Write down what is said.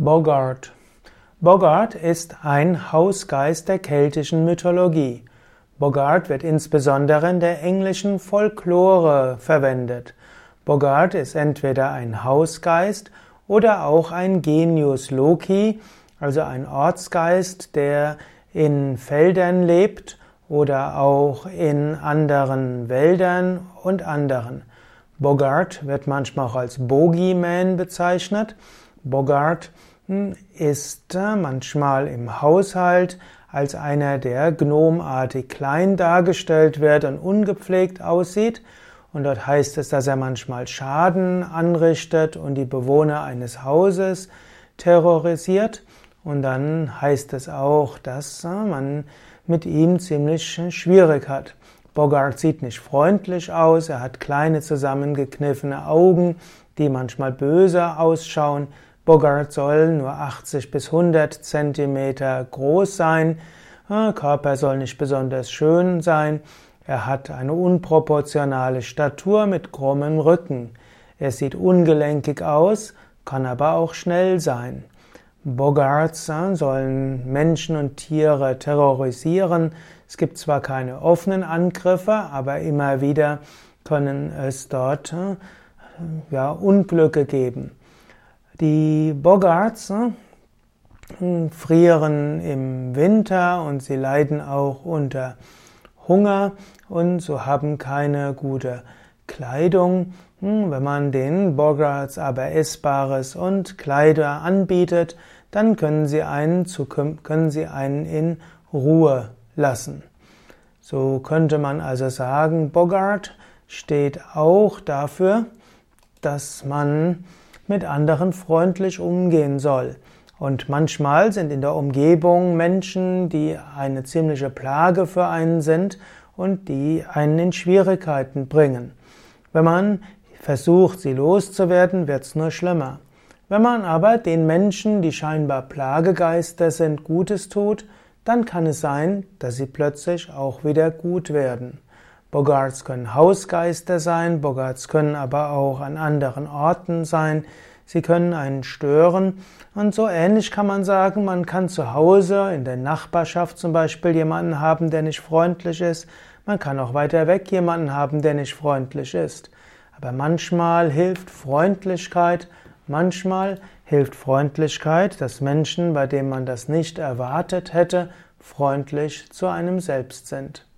Boggart. Boggart ist ein Hausgeist der keltischen Mythologie. Boggart wird insbesondere in der englischen Folklore verwendet. Boggart ist entweder ein Hausgeist oder auch ein Genius loci, also ein Ortsgeist, der in Feldern lebt oder auch in anderen Wäldern und anderen. Boggart wird manchmal auch als Bogeyman bezeichnet. Boggart ist manchmal im Haushalt als einer, der gnomartig klein dargestellt wird und ungepflegt aussieht. Und dort heißt es, dass er manchmal Schaden anrichtet und die Bewohner eines Hauses terrorisiert. Und dann heißt es auch, dass man mit ihm ziemlich schwierig hat. Boggart sieht nicht freundlich aus, er hat kleine zusammengekniffene Augen, die manchmal böse ausschauen. Boggart soll nur 80 bis 100 Zentimeter groß sein, Körper soll nicht besonders schön sein, er hat eine unproportionale Statur mit krummem Rücken. Er sieht ungelenkig aus, kann aber auch schnell sein. Boggarts sollen Menschen und Tiere terrorisieren. Es gibt zwar keine offenen Angriffe, aber immer wieder können es dort Unglücke geben. Die Boggarts frieren im Winter und sie leiden auch unter Hunger und so haben keine gute Kleidung. Wenn man den Boggarts aber Essbares und Kleider anbietet, dann können sie einen in Ruhe lassen. So könnte man also sagen, Boggart steht auch dafür, dass man mit anderen freundlich umgehen soll. Und manchmal sind in der Umgebung Menschen, die eine ziemliche Plage für einen sind und die einen in Schwierigkeiten bringen. Wenn man versucht, sie loszuwerden, wird es nur schlimmer. Wenn man aber den Menschen, die scheinbar Plagegeister sind, Gutes tut, dann kann es sein, dass sie plötzlich auch wieder gut werden. Boggarts können Hausgeister sein, Boggarts können aber auch an anderen Orten sein, sie können einen stören und so ähnlich kann man sagen, man kann zu Hause in der Nachbarschaft zum Beispiel jemanden haben, der nicht freundlich ist, man kann auch weiter weg jemanden haben, der nicht freundlich ist. Aber manchmal hilft Freundlichkeit, dass Menschen, bei denen man das nicht erwartet hätte, freundlich zu einem selbst sind.